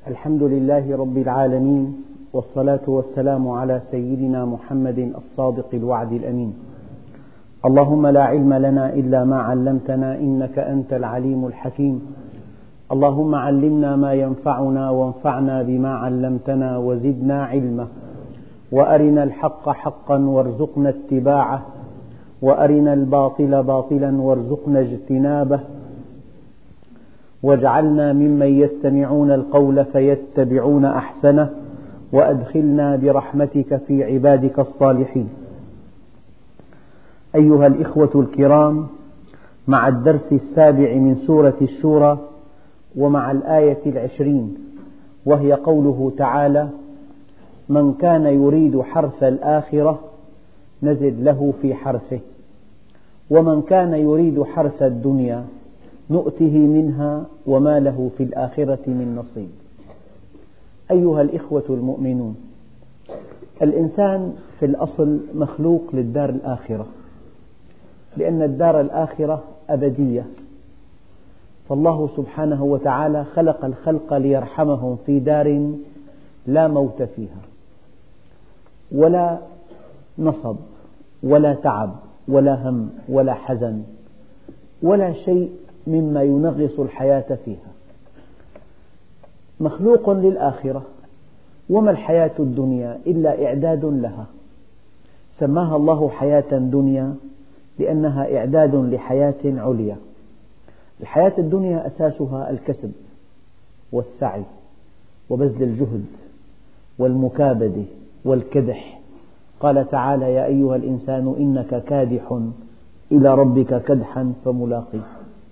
الحمد لله رب العالمين، والصلاة والسلام على سيدنا محمد الصادق الوعد الأمين. اللهم لا علم لنا إلا ما علمتنا إنك أنت العليم الحكيم. اللهم علمنا ما ينفعنا وانفعنا بما علمتنا وزدنا علما، وأرنا الحق حقا وارزقنا اتباعه، وأرنا الباطل باطلا وارزقنا اجتنابه، واجعلنا ممن يستمعون القول فيتبعون أحسنه، وأدخلنا برحمتك في عبادك الصالحين. أيها الإخوة الكرام، مع الدرس 7 من سورة الشورى، ومع الآية 20، وهي قوله تعالى: من كان يريد حرث الآخرة نزد له في حرثه، ومن كان يريد حرث الدنيا نؤته منها وما له في الآخرة من نصيب. أيها الإخوة المؤمنون، الإنسان في الأصل مخلوق للدار الآخرة، لأن الدار الآخرة أبدية، فالله سبحانه وتعالى خلق الخلق ليرحمهم في دار لا موت فيها، ولا نصب، ولا تعب، ولا هم، ولا حزن، ولا شيء مما ينغص الحياة فيها. مخلوق للآخرة، وما الحياة الدنيا إلا إعداد لها. سماها الله حياة دنيا لأنها إعداد لحياة عليا. الحياة الدنيا أساسها الكسب والسعي وبذل الجهد والمكابدة والكدح. قال تعالى: يا أيها الإنسان إنك كادح إلى ربك كدحا فملاقيه.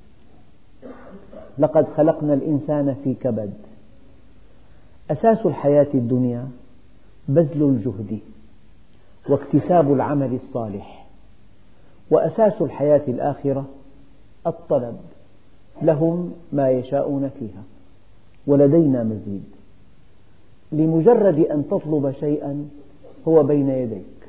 لقد خلقنا الإنسان في كبد. أساس الحياة الدنيا بذل الجهد واكتساب العمل الصالح، وأساس الحياة الآخرة الطلب. لهم ما يشاءون فيها ولدينا مزيد. لمجرد أن تطلب شيئا هو بين يديك،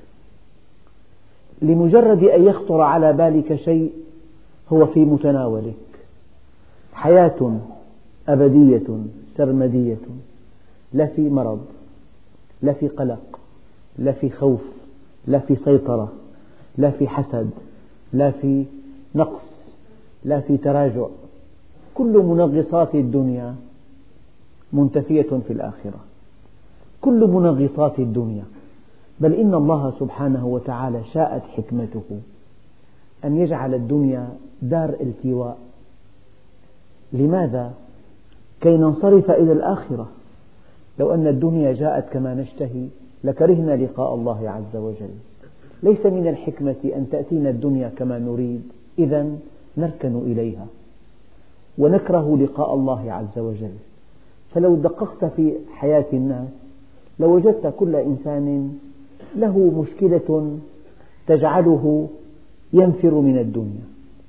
لمجرد أن يخطر على بالك شيء هو في متناولك. حياة أبدية سرمدية، لا في مرض، لا في قلق، لا في خوف، لا في سيطرة، لا في حسد، لا في نقص، لا في تراجع. كل منغصات الدنيا منتفية في الآخرة، كل منغصات الدنيا. بل إن الله سبحانه وتعالى شاءت حكمته أن يجعل الدنيا دار التواء. لماذا؟ كي ننصرف إلى الآخرة. لو أن الدنيا جاءت كما نشتهي لكرهنا لقاء الله عز وجل. ليس من الحكمة أن تأتينا الدنيا كما نريد، إذن نركن إليها ونكره لقاء الله عز وجل. فلو دققت في حياة الناس لوجدت كل إنسان له مشكلة تجعله ينفر من الدنيا،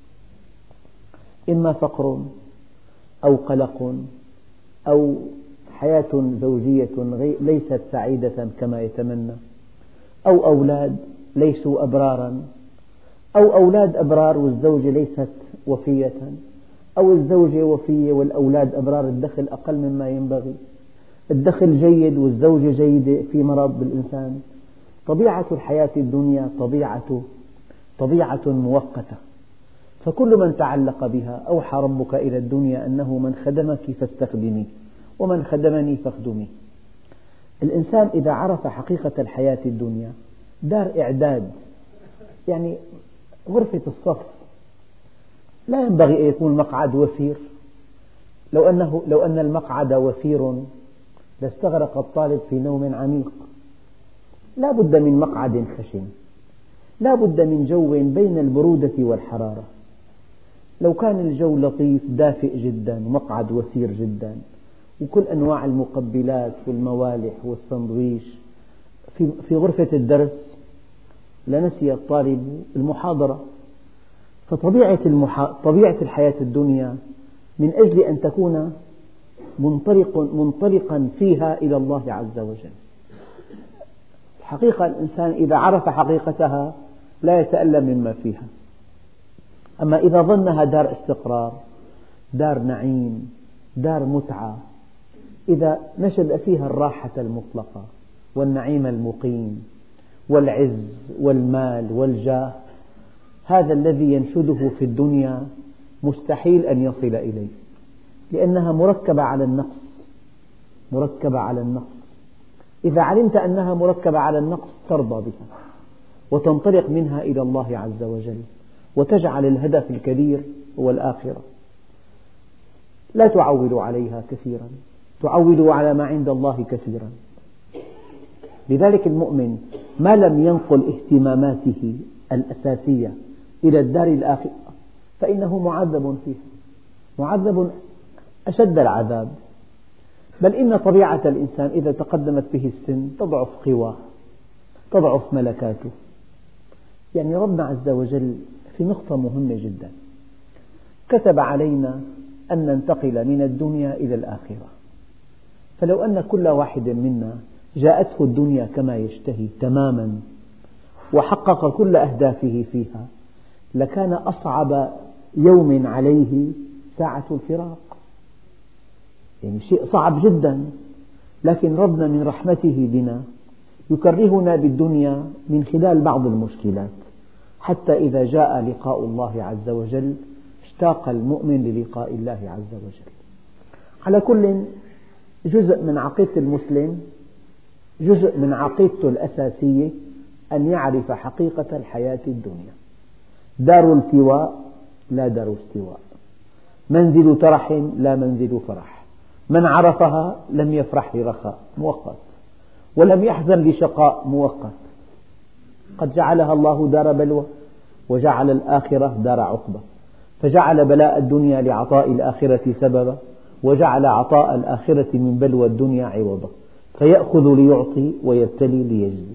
إما فقر أو قلق أو حياة زوجية ليست سعيدة كما يتمنى، أو أولاد ليسوا أبرارا، أو أولاد أبرار والزوجة ليست وفية، أو الزوجة وفية والأولاد أبرار، الدخل أقل مما ينبغي، الدخل جيد والزوجة جيدة، في مرض بالإنسان. طبيعة الحياة الدنيا طبيعة مؤقتة، فكل من تعلق بها. أوحى ربك إلى الدنيا أنه من خدمك فاستخدميه، ومن خدمني فاخدميه. الإنسان إذا عرف حقيقة الحياة الدنيا دار إعداد، يعني غرفة الصف لا ينبغي أن يكون مقعد وفير. لو أن المقعد وفير لاستغرق الطالب في نوم عميق. لا بد من مقعد خشن، لا بد من جو بين البرودة والحرارة. لو كان الجو لطيف دافئ جدا ومقعد وفير جدا وكل أنواع المقبلات والموالح والسندويش في غرفة الدرس لنسي الطالب المحاضرة. فطبيعة الحياة الدنيا من أجل أن تكون منطلقا فيها إلى الله عز وجل. الحقيقة الإنسان إذا عرف حقيقتها لا يتألم مما فيها. أما إذا ظنها دار استقرار، دار نعيم، دار متعة، إذا نشد فيها الراحة المطلقة والنعيم المقيم والعز والمال والجاه، هذا الذي ينشده في الدنيا مستحيل أن يصل إليه، لأنها مركبة على النقص، مركبة على النقص. إذا علمت أنها مركبة على النقص ترضى بها وتنطلق منها إلى الله عز وجل، وتجعل الهدف الكبير هو الآخرة. لا تعول عليها كثيرا، تعول على ما عند الله كثيرا. لذلك المؤمن ما لم ينقل اهتماماته الأساسية إلى الدار الآخرة فإنه معذب فيها، معذب أشد العذاب. بل إن طبيعة الإنسان إذا تقدمت به السن تضعف قواه، تضعف ملكاته. يعني ربنا عز وجل في نقطة مهمة جدا، كتب علينا أن ننتقل من الدنيا إلى الآخرة. فلو أن كل واحد منا جاءته الدنيا كما يشتهي تماما وحقق كل أهدافه فيها، لكان أصعب يوم عليه ساعة الفراق. يعني شيء صعب جدا، لكن ربنا من رحمته بنا يكرهنا بالدنيا من خلال بعض المشكلات، حتى إذا جاء لقاء الله عز وجل اشتاق المؤمن للقاء الله عز وجل. على كل، جزء من عقيدة المسلم، جزء من عقيدته الأساسية أن يعرف حقيقة الحياة الدنيا. دار التواء لا دار استواء، منزل ترح لا منزل فرح. من عرفها لم يفرح لرخاء مؤقت، ولم يحزن لشقاء مؤقت. قد جعلها الله دار بلوى، وجعل الآخرة دار عقبة، فجعل بلاء الدنيا لعطاء الآخرة سببا، وجعل عطاء الآخرة من بلوى الدنيا عوضا، فيأخذ ليعطي ويبتلي ليجزي.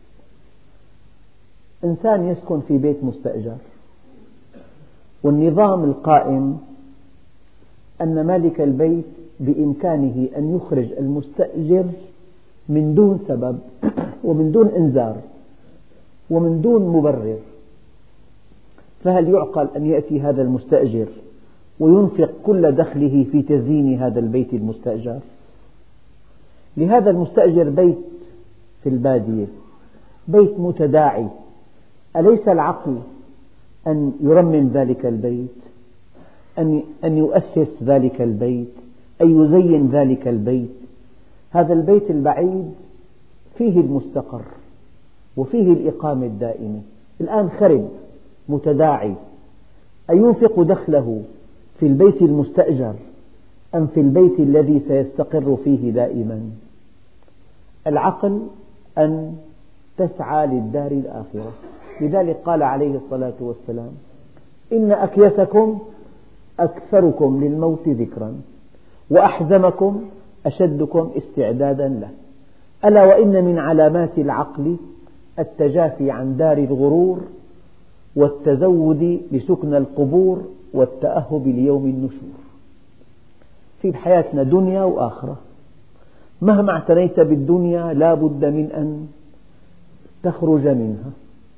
إنسان يسكن في بيت مستأجر، والنظام القائم أن مالك البيت بإمكانه أن يخرج المستأجر من دون سبب ومن دون إنذار ومن دون مبرر. فهل يعقل أن يأتي هذا المستأجر وينفق كل دخله في تزيين هذا البيت المستأجر؟ لهذا المستأجر بيت في البادية، بيت متداعي، أليس العقل أن يرمم ذلك البيت، أن يؤسس ذلك البيت، أن يزين ذلك البيت؟ هذا البيت البعيد فيه المستقر وفيه الإقامة الدائمة، الآن خرب متداعي. أن ينفق دخله في البيت المستأجر أم في البيت الذي سيستقر فيه دائما؟ العقل أن تسعى للدار الآخرة. لذلك قال عليه الصلاة والسلام: إن أكيسكم أكثركم للموت ذكرا، وأحزمكم أشدكم استعدادا له. ألا وإن من علامات العقل التجافي عن دار الغرور، والتزود لسكن القبور، والتأهب ليوم النشور. في حياتنا دنيا وآخرة، مهما اعتنيت بالدنيا لا بد من أن تخرج منها،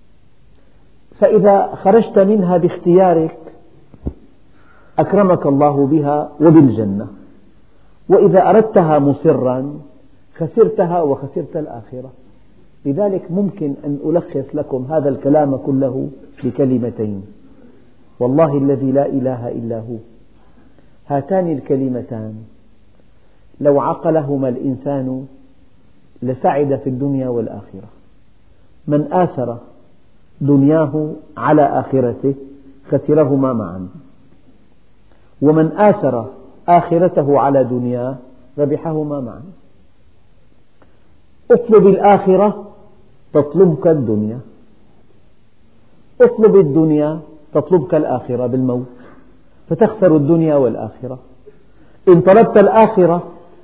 فإذا خرجت منها باختيارك أكرمك الله بها وبالجنة، وإذا أردتها مصرا خسرتها وخسرت الآخرة. لذلك ممكن أن ألخص لكم هذا الكلام كله بكلمتين: والله الذي لا إله إلا هو. هاتان الكلمتان لو عقلهما الإنسان لسعد في الدنيا والآخرة. من آثر دنياه على آخرته خسرهما معا، ومن آثر آخرته على دنياه ربحهما معا. اطلب الآخرة تطلبك الدنيا، اطلب الدنيا تطلبك الآخرة بالموت، فتخسر الدنيا والآخرة. إن طلبت الآخرة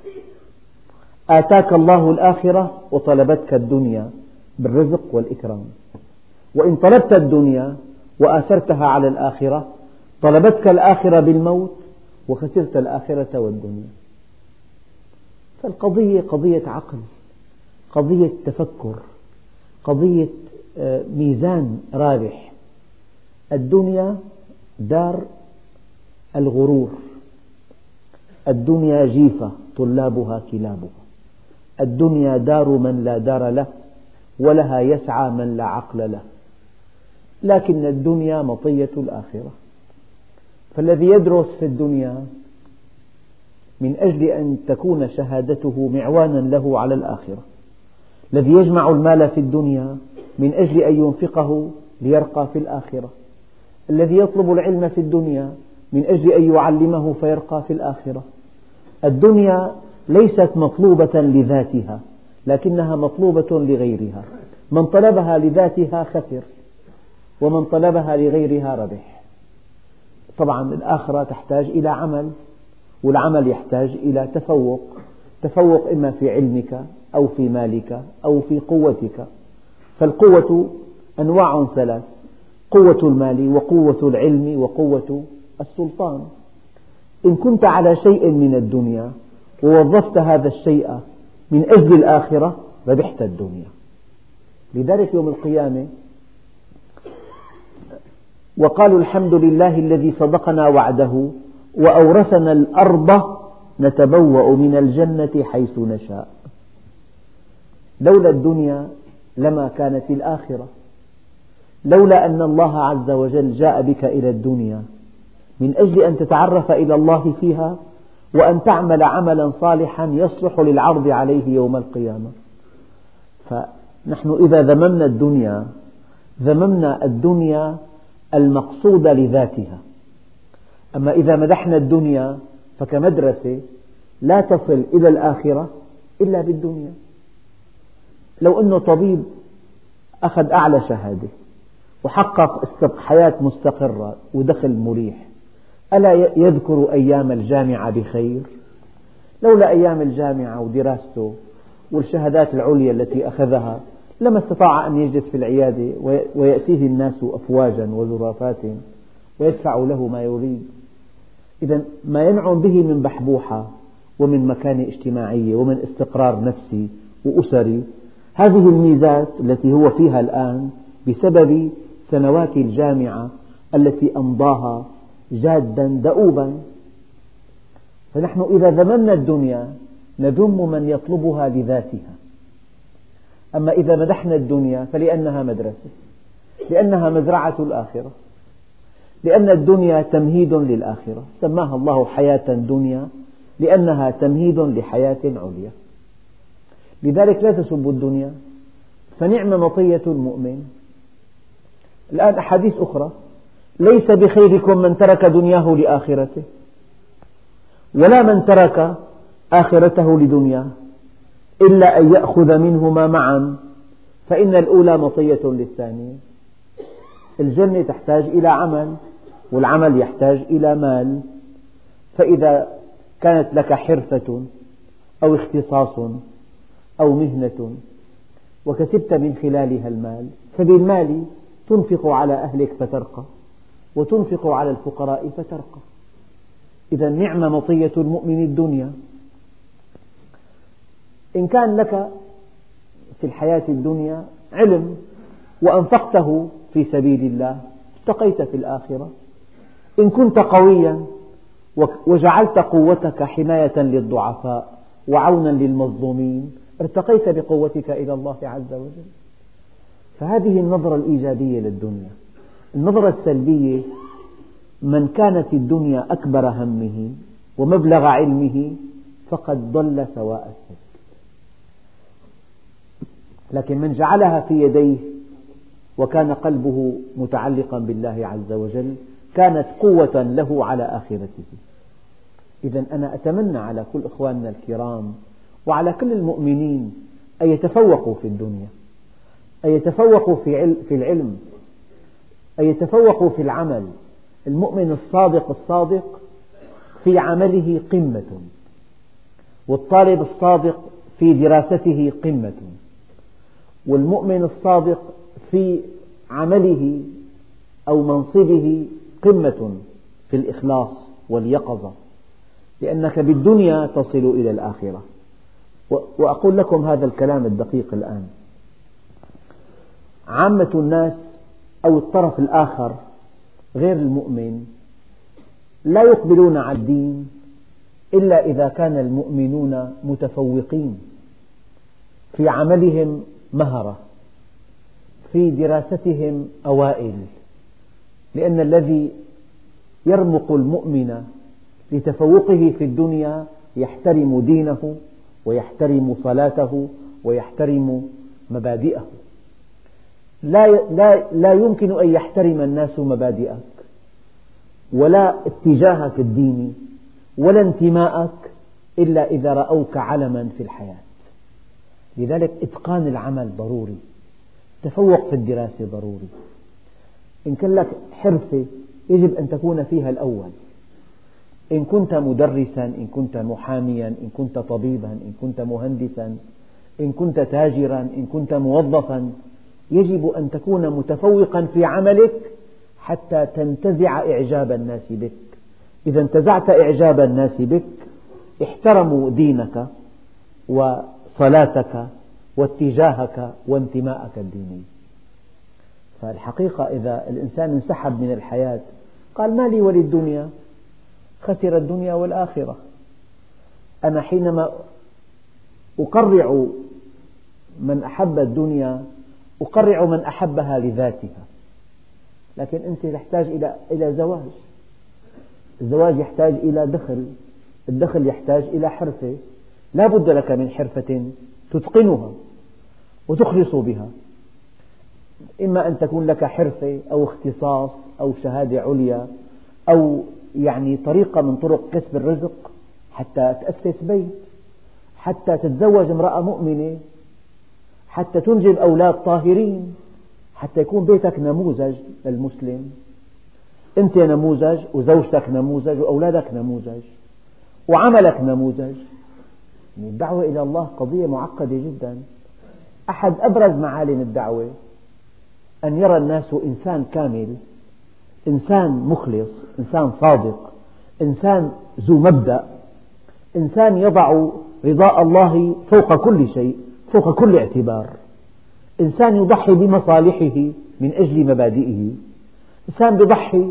آتاك الله الآخرة وطلبتك الدنيا بالرزق والإكرام، وإن طلبت الدنيا وآثرتها على الآخرة طلبتك الآخرة بالموت وخسرت الآخرة والدنيا. فالقضية قضية عقل، قضية تفكر، قضية ميزان رابح. الدنيا دار الغرور، الدنيا جيفة طلابها كلابها. الدنيا دار من لا دار له، ولها يسعى من لا عقل له. لكن الدنيا مطية الآخرة، فالذي يدرس في الدنيا من أجل أن تكون شهادته معوانا له على الآخرة، الذي يجمع المال في الدنيا من أجل أن ينفقه ليرقى في الآخرة، الذي يطلب العلم في الدنيا من أجل أن يعلمه فيرقى في الآخرة. الدنيا ليست مطلوبة لذاتها، لكنها مطلوبة لغيرها. من طلبها لذاتها خسر، ومن طلبها لغيرها ربح. طبعا الآخرة تحتاج إلى عمل، والعمل يحتاج إلى تفوق إما في علمك أو في مالك أو في قوتك. فالقوة أنواع ثلاث: قوة المال، وقوة العلم، وقوة السلطان. إن كنت على شيء من الدنيا ووظفت هذا الشيء من أجل الآخرة ربحت الدنيا. لذلك يوم القيامة وقالوا الحمد لله الذي صدقنا وعده وأورثنا الأرض نتبوأ من الجنة حيث نشاء. لولا الدنيا لما كانت الآخرة، لولا أن الله عز وجل جاء بك إلى الدنيا من أجل أن تتعرف إلى الله فيها وأن تعمل عملا صالحا يصلح للعرض عليه يوم القيامة. فنحن إذا ذممنا الدنيا المقصود لذاتها. أما إذا مدحنا الدنيا فكمدرسة لا تصل إلى الآخرة إلا بالدنيا. لو أنه طبيب أخذ أعلى شهادة وحقق حياة مستقرة ودخل مريح، ألا يذكر أيام الجامعة بخير؟ لولا أيام الجامعة ودراسته والشهادات العليا التي أخذها لما استطاع أن يجلس في العيادة ويأتيه الناس أفواجا وزرافات ويدفع له ما يريد. إذا ما ينعم به من بحبوحة ومن مكانة اجتماعية ومن استقرار نفسي وأسري، هذه الميزات التي هو فيها الآن بسبب سنوات الجامعة التي أمضاها جادا دؤوبا. فنحن إذا ذممنا الدنيا نذم من يطلبها لذاتها. أما إذا مدحنا الدنيا فلأنها مدرسة، لأنها مزرعة الآخرة، لأن الدنيا تمهيد للآخرة. سماها الله حياة دنيا لأنها تمهيد لحياة عليا. لذلك لا تسبوا الدنيا، فنعم مطية المؤمن. الآن أحاديث أخرى: ليس بخيركم من ترك دنياه لآخرته، ولا من ترك آخرته لدنياه، إلا أن يأخذ منهما معا، فإن الأولى مطية للثانية. الجنة تحتاج إلى عمل، والعمل يحتاج إلى مال. فإذا كانت لك حرفة أو اختصاص أو مهنة وكسبت من خلالها المال، فبالمال تنفق على أهلك فترقى، وتنفق على الفقراء فترقى. إذا نعم مطية المؤمن الدنيا. إن كان لك في الحياة الدنيا علم وأنفقته في سبيل الله ارتقيت في الآخرة. إن كنت قويا وجعلت قوتك حماية للضعفاء وعونا للمظلومين ارتقيت بقوتك إلى الله عز وجل. فهذه النظرة الإيجابية للدنيا. النظرة السلبية: من كانت الدنيا أكبر همه ومبلغ علمه فقد ضل سواء السبيل. لكن من جعلها في يديه وكان قلبه متعلقا بالله عز وجل كانت قوة له على آخرته. إذا أنا أتمنى على كل إخواننا الكرام وعلى كل المؤمنين أن يتفوقوا في الدنيا، أن يتفوقوا في العلم، أن يتفوقوا في العمل. المؤمن الصادق في عمله قمة، والطالب الصادق في دراسته قمة، والمؤمن الصادق في عمله أو منصبه قمة في الإخلاص واليقظة، لأنك بالدنيا تصل إلى الآخرة. وأقول لكم هذا الكلام الدقيق الآن: عامة الناس أو الطرف الآخر غير المؤمن لا يقبلون على الدين إلا إذا كان المؤمنون متفوقين في عملهم مهرة، في دراستهم أوائل، لأن الذي يرمق المؤمن لتفوقه في الدنيا يحترم دينه ويحترم صلاته ويحترم مبادئه. لا يمكن أن يحترم الناس مبادئك ولا اتجاهك الديني ولا انتماءك إلا إذا رأوك علما في الحياة. لذلك إتقان العمل ضروري، تفوق في الدراسة ضروري. إن كان لك حرفة يجب أن تكون فيها الأول. إن كنت مدرسا، إن كنت محاميا، إن كنت طبيبا، إن كنت مهندسا، إن كنت تاجرا، إن كنت موظفا، يجب أن تكون متفوقا في عملك حتى تنتزع إعجاب الناس بك. إذا انتزعت إعجاب الناس بك احترموا دينك وصلاتك واتجاهك وانتماءك الديني. فالحقيقة إذا الإنسان انسحب من الحياة قال ما لي وللدنيا، خسر الدنيا والآخرة. أنا حينما أقرع من أحب الدنيا أقرع من أحبها لذاتها، لكن أنت تحتاج إلى زواج، الزواج يحتاج إلى دخل، الدخل يحتاج إلى حرفة، لا بد لك من حرفة تتقنها وتخلص بها، إما أن تكون لك حرفة أو اختصاص أو شهادة عليا أو يعني طريقة من طرق كسب الرزق حتى تأسس بيت، حتى تتزوج امرأة مؤمنة، حتى تنجب أولاد طاهرين، حتى يكون بيتك نموذج للمسلم. أنت نموذج وزوجتك نموذج وأولادك نموذج وعملك نموذج. الدعوة إلى الله قضية معقدة جدا. أحد أبرز معالم الدعوة أن يرى الناس إنسان كامل، إنسان مخلص، إنسان صادق، إنسان ذو مبدأ، إنسان يضع رضاء الله فوق كل شيء، فوق كل اعتبار، إنسان يضحي بمصالحه من أجل مبادئه، إنسان يضحي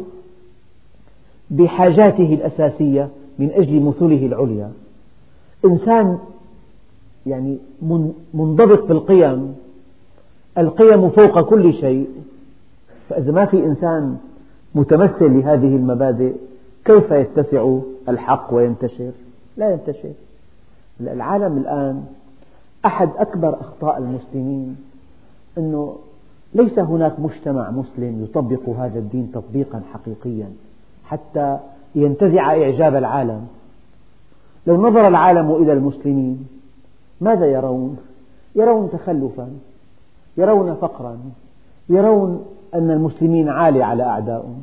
بحاجاته الأساسية من أجل مثله العليا، إنسان يعني منضبط بالقيم، القيم فوق كل شيء. فإذا ما في إنسان متمثل لهذه المبادئ كيف يتسع الحق وينتشر؟ لا ينتشر. العالم الآن أحد أكبر أخطاء المسلمين أنه ليس هناك مجتمع مسلم يطبق هذا الدين تطبيقا حقيقيا حتى ينتزع إعجاب العالم. لو نظر العالم إلى المسلمين ماذا يرون؟ يرون تخلفا، يرون فقرا، يرون أن المسلمين عالة على أعدائهم،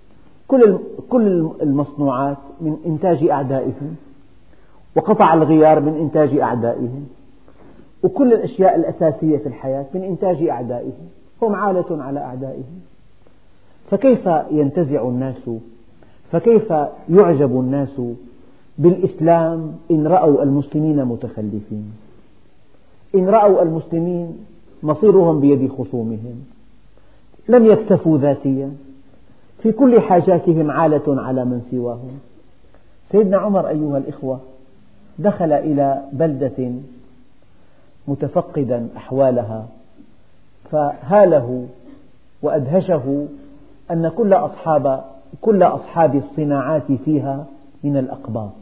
كل المصنوعات من إنتاج أعدائهم، وقطع الغيار من إنتاج أعدائهم، وكل الأشياء الأساسية في الحياة من إنتاج أعدائهم، هم عالة على أعدائهم. فكيف ينتزع الناس، فكيف يعجب الناس بالإسلام إن رأوا المسلمين متخلفين، إن رأوا المسلمين مصيرهم بيد خصومهم، لم يكتفوا ذاتيا، في كل حاجاتهم عالة على من سواهم. سيدنا عمر أيها الإخوة دخل إلى بلدة متفقدا أحوالها، فهاله وأدهشه أن كل أصحاب الصناعات فيها من الأقباط،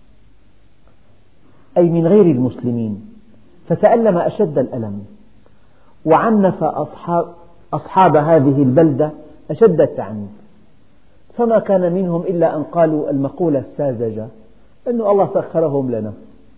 أي من غير المسلمين، فتألم أشد الألم وعنف أصحاب هذه البلدة أشد التعنيف، فما كان منهم إلا أن قالوا المقولة الساذجة أن الله سخرهم لنا.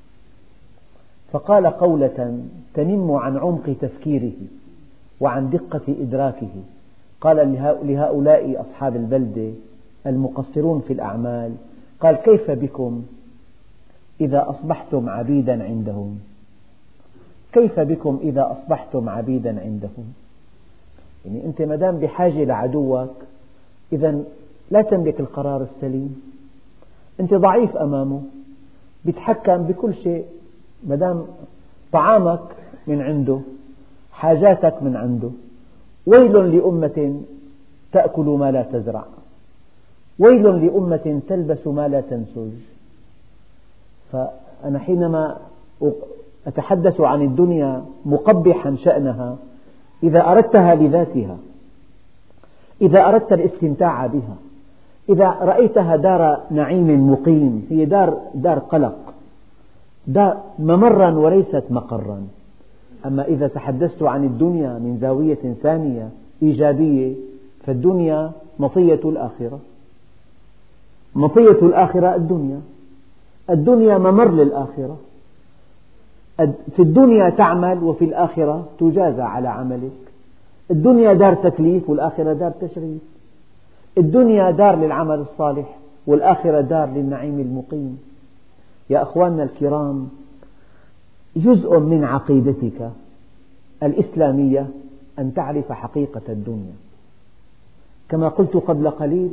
فقال قولة تنم عن عمق تفكيره وعن دقة إدراكه، قال لهؤلاء أصحاب البلدة المقصرون في الأعمال، قال كيف بكم إذا أصبحتم عبيدا عندهم، كيف بكم إذا أصبحتم عبيدا عندهم. يعني أنت مدام بحاجة لعدوك إذا لا تملك القرار السليم، أنت ضعيف أمامه، بيتحكم بكل شيء، مدام طعامك من عنده، حاجاتك من عنده. ويل لأمة تأكل ما لا تزرع، ويل لأمة تلبس ما لا تنسج. فأنا حينما أتحدث عن الدنيا مقبحا شأنها، إذا أردتها لذاتها، إذا أردت الاستمتاع بها، إذا رأيتها دار نعيم مقيم، هي دار قلق، دار ممرا وليست مقرا. أما إذا تحدثت عن الدنيا من زاوية ثانية إيجابية، فالدنيا مطية الآخرة، مطية الآخرة الدنيا ممر للآخرة. في الدنيا تعمل وفي الآخرة تجازى على عملك. الدنيا دار تكليف والآخرة دار تشريف. الدنيا دار للعمل الصالح والآخرة دار للنعيم المقيم. يا أخواننا الكرام، جزء من عقيدتك الإسلامية أن تعرف حقيقة الدنيا. كما قلت قبل قليل،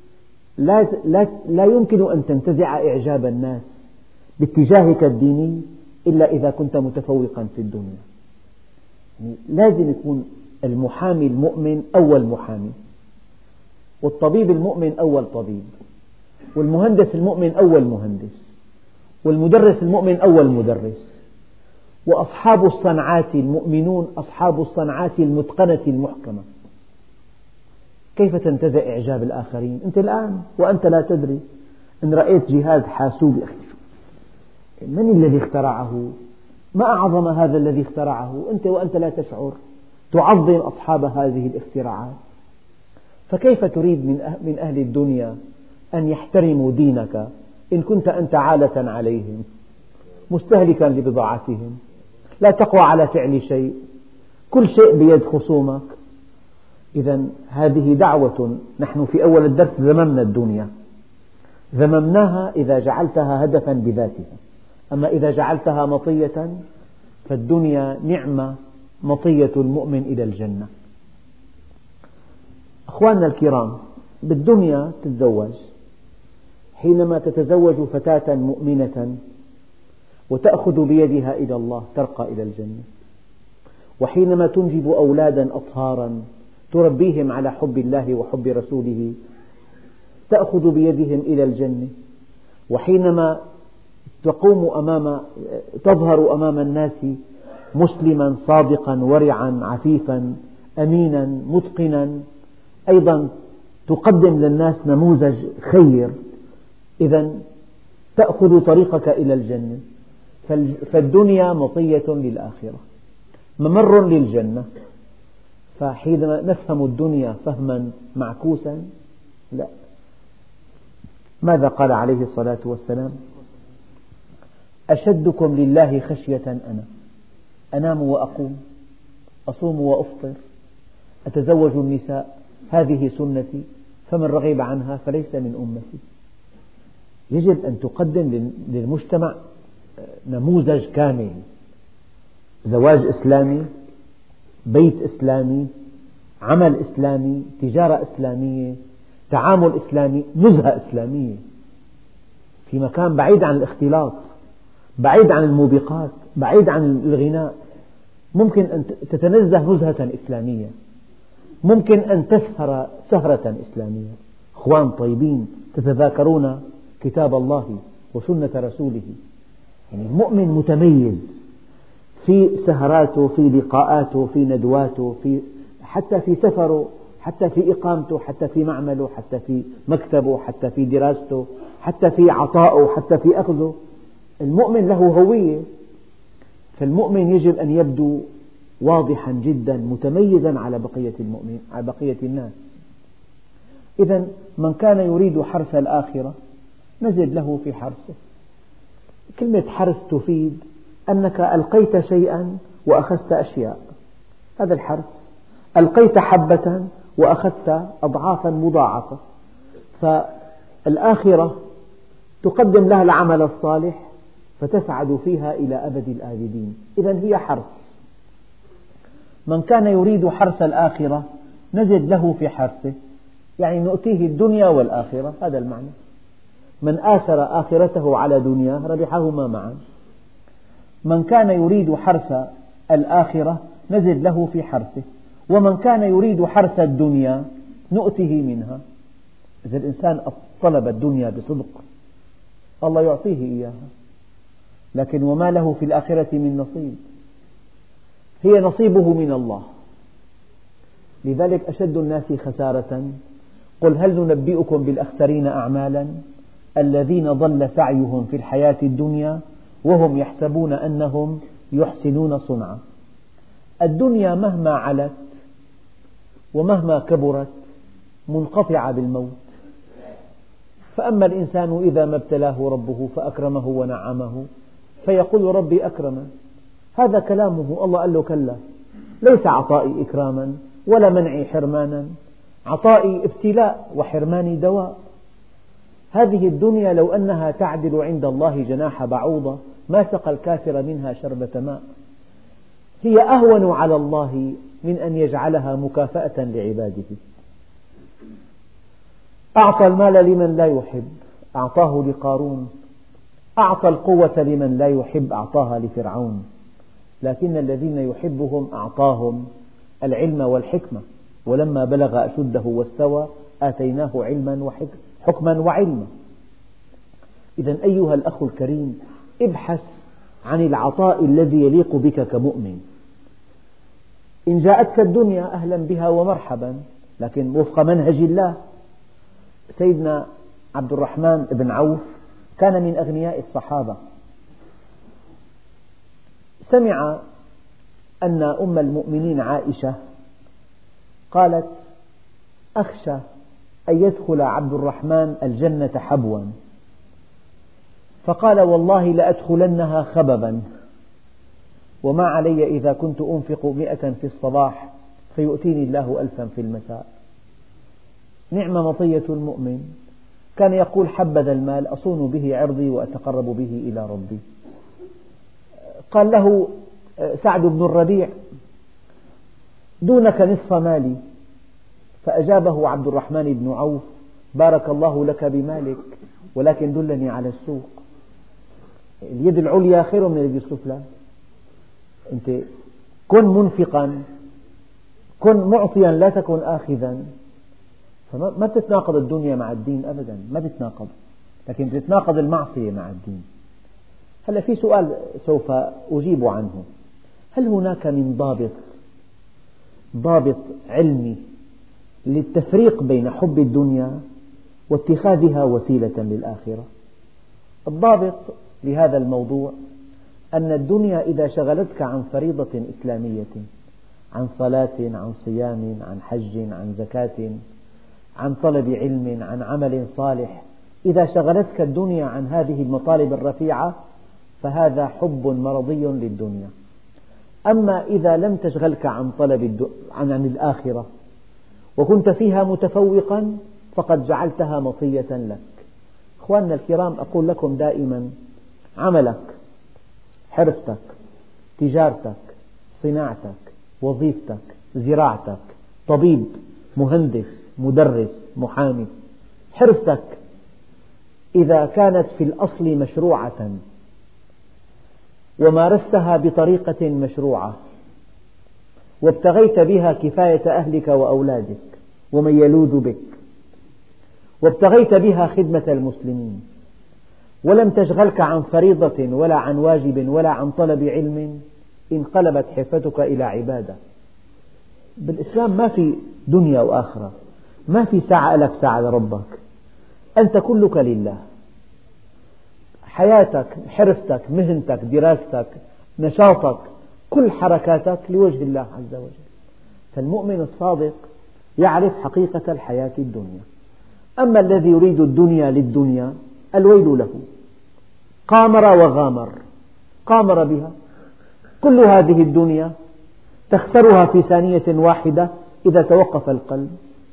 لا يمكن أن تنتزع إعجاب الناس باتجاهك الديني إلا إذا كنت متفوقا في الدنيا. يعني لازم يكون المحامي المؤمن أول محامي، والطبيب المؤمن أول طبيب، والمهندس المؤمن أول مهندس، والمدرس المؤمن أول مدرس، وأصحاب الصنعات المؤمنون أصحاب الصنعات المتقنة المحكمة. كيف تنتزع إعجاب الآخرين؟ أنت الآن وأنت لا تدري، إن رأيت جهاز حاسوب، من الذي اخترعه؟ ما أعظم هذا الذي اخترعه؟ أنت وأنت لا تشعر تعظم أصحاب هذه الاختراعات. فكيف تريد من أهل الدنيا أن يحترموا دينك إن كنت أنت عالة عليهم، مستهلكا لبضاعتهم، لا تقوى على فعل شيء، كل شيء بيد خصومك؟ إذن هذه دعوة. نحن في أول الدرس ذممنا الدنيا، ذممناها إذا جعلتها هدفا بذاتها. أما إذا جعلتها مطية، فالدنيا نعمة مطية المؤمن إلى الجنة. أخواننا الكرام، بالدنيا تتزوج. حينما تتزوج فتاة مؤمنة وتأخذ بيدها إلى الله ترقى إلى الجنة. وحينما تنجب أولادا أطهارا تربيهم على حب الله وحب رسوله تأخذ بيدهم إلى الجنة. وحينما تظهر أمام الناس مسلما صادقا ورعا عفيفا أمينا متقنا، أيضا تقدم للناس نموذج خير، إذن تأخذ طريقك إلى الجنة. فالدنيا مطية للآخرة، ممر للجنة. فحينما نفهم الدنيا فهما معكوسا، لا. ماذا قال عليه الصلاة والسلام؟ أشدكم لله خشية أنا، أنام وأقوم، أصوم وأفطر، أتزوج النساء، هذه سنتي، فمن رغب عنها فليس من أمتي. يجب أن تقدم للمجتمع نموذج كامل، زواج إسلامي، بيت إسلامي، عمل إسلامي، تجارة إسلامية، تعامل إسلامي، نزهة إسلامية، في مكان بعيد عن الاختلاط، بعيد عن الموبقات، بعيد عن الغناء. ممكن أن تتنزه نزهة إسلامية، ممكن أن تسهر سهرة إسلامية، أخوان طيبين تتذاكرون كتاب الله وسنة رسوله. يعني المؤمن متميز في سهراته، في لقاءاته، في ندواته، حتى في سفره، حتى في إقامته، حتى في معمله، حتى في مكتبه، حتى في دراسته، حتى في عطائه، حتى في أخذه. المؤمن له هوية. فالمؤمن يجب أن يبدو واضحا جدا متميزا على بقية الناس. إذن من كان يريد حرث الآخرة نزد له في حرثه. كلمة حرث تفيد أنك ألقيت شيئا وأخذت أشياء، هذا الحرث. ألقيت حبة وأخذت أضعافا مضاعفة. فالآخرة تقدم لها العمل الصالح فتسعد فيها إلى أبد الآبدين. إذن هي حرث. من كان يريد حرث الآخرة نزد له في حرثه، يعني نؤتيه الدنيا والآخرة، هذا المعنى. من آثر آخرته على دنياه ربحهما معا. من كان يريد حرث الآخرة نزد له في حرثه، ومن كان يريد حرث الدنيا نؤته منها. إذا الإنسان طلب الدنيا بصدق الله يعطيه إياها. لكن وما له في الآخرة من نصيب، هي نصيبه من الله. لذلك أشد الناس خسارة قل هل ننبئكم بالأخسرين أعمالا الذين ضل سعيهم في الحياة الدنيا وهم يحسبون أنهم يحسنون صنعا. الدنيا مهما علت ومهما كبرت منقطعة بالموت، فأما الإنسان إذا ما ابتلاه ربه فأكرمه ونعمه فيقول ربي أكرمن. هذا كلامه، الله قال له كلا، ليس عطائي إكراما ولا منعي حرمانا، عطائي ابتلاء وحرماني دواء. هذه الدنيا لو أنها تعدل عند الله جناح بعوضة ما سقى الكافر منها شربة ماء. هي أهون على الله من أن يجعلها مكافأة لعباده. أعطى المال لمن لا يحب أعطاه لقارون، أعطى القوة لمن لا يحب أعطاها لفرعون، لكن الذين يحبهم أعطاهم العلم والحكمة، ولما بلغ أشده واستوى آتيناه علما حكما وعلما. إذا أيها الأخ الكريم، ابحث عن العطاء الذي يليق بك كمؤمن. إن جاءتك الدنيا أهلا بها ومرحبا، لكن وفق منهج الله. سيدنا عبد الرحمن بن عوف كان من أغنياء الصحابة، سمع أن أم المؤمنين عائشة قالت أخشى أن يدخل عبد الرحمن الجنة حبوا، فقال والله لأدخلنها خببا، وما علي إذا كنت أنفق 100 في الصباح فيؤتيني الله 1000 في المساء. نعم مطية المؤمن. كان يقول حبذا المال أصون به عرضي وأتقرب به إلى ربي. قال له سعد بن الربيع دونك نصف مالي، فأجابه عبد الرحمن بن عوف بارك الله لك بمالك ولكن دلني على السوق. اليد العليا خير من اليد السفلى. أنت كن منفقا، كن معطيا لا تكن آخذا. فما تتناقض الدنيا مع الدين أبدا، ما تتناقض، لكن تتناقض المعصية مع الدين. هلا في سؤال سوف أجيب عنه، هل هناك من ضابط علمي للتفريق بين حب الدنيا واتخاذها وسيلة للآخرة؟ الضابط لهذا الموضوع أن الدنيا إذا شغلتك عن فريضة إسلامية، عن صلاة، عن صيام، عن حج، عن زكاة، عن طلب علم، عن عمل صالح، إذا شغلتك الدنيا عن هذه المطالب الرفيعة فهذا حب مرضي للدنيا. أما إذا لم تشغلك عن الآخرة وكنت فيها متفوقا فقد جعلتها مطية لك. أخواننا الكرام، أقول لكم دائما عملك، حرفتك، تجارتك، صناعتك، وظيفتك، زراعتك، طبيب، مهندس، مدرس، محامي، حرفتك إذا كانت في الأصل مشروعة ومارستها بطريقة مشروعة وابتغيت بها كفاية أهلك وأولادك ومن يلوذ بك، وابتغيت بها خدمة المسلمين، ولم تشغلك عن فريضة ولا عن واجب ولا عن طلب علم، انقلبت حرفتك إلى عبادة. بالإسلام ما في دنيا وآخرة، ما في ساعة لك ساعة لربك، أنت كلك لله. حياتك، حرفتك، مهنتك، دراستك، نشاطك، كل حركاتك لوجه الله عز وجل. فالمؤمن الصادق يعرف حقيقة الحياة الدنيا. أما الذي يريد الدنيا للدنيا الويل له، قامر وغامر، قامر بها. كل هذه الدنيا تخسرها في ثانية واحدة إذا توقف القلب.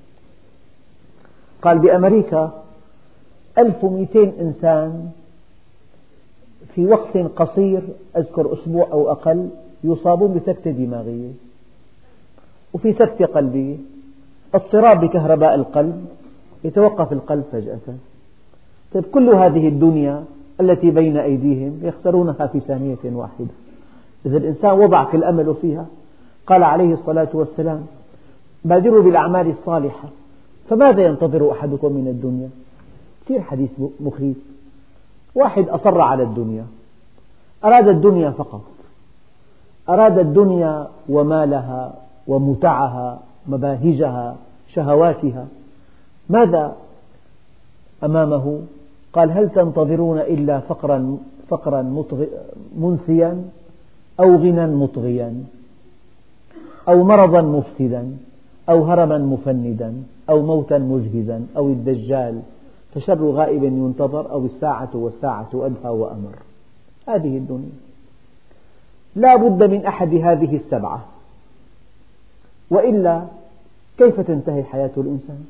قال بأمريكا 1200 إنسان في وقت قصير، أذكر أسبوع أو أقل، يصابون بسكتة دماغية وفي سكتة قلبية، اضطراب بكهرباء القلب، يتوقف القلب فجأة. طيب كل هذه الدنيا التي بين أيديهم يخسرونها في ثانية واحدة. إذا الإنسان وضع كل أمله فيها. قال عليه الصلاة والسلام بادروا بالأعمال الصالحة فماذا ينتظر أحدكم من الدنيا؟ كثير حديث مخيف. واحد أصر على الدنيا، أراد الدنيا فقط، أراد الدنيا ومالها ومتعها مباهجها شهواتها. ماذا أمامه؟ قال: هل تنتظرون إلا فقرا منسيا أو غنى مطغيا أو مرضا مفسدا أو هرما مفندا أو موتا مجهزا أو الدجال فشر غائب ينتظر أو الساعة والساعة أدهى وأمر. هذه الدنيا لا بد من أحد هذه السبعة، وإلا كيف تنتهي حياة الإنسان؟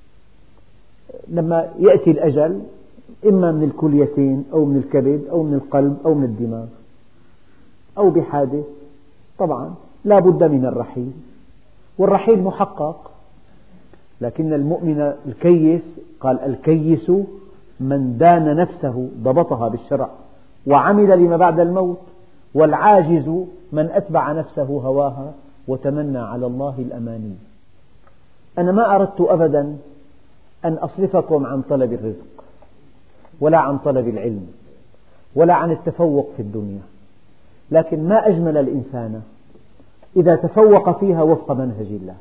لما يأتي الأجل إما من الكليتين أو من الكبد أو من القلب أو من الدماغ أو بحادث، طبعا لا بد من الرحيل، والرحيل محقق. لكن المؤمن الكيس، قال: الكيس من دان نفسه، ضبطها بالشرع وعمل لما بعد الموت، والعاجز من أتبع نفسه هواها وتمنى على الله الأماني. أنا ما أردت أبدا أن أصرفكم عن طلب الرزق ولا عن طلب العلم ولا عن التفوق في الدنيا، لكن ما أجمل الإنسان إذا تفوق فيها وفق منهج الله.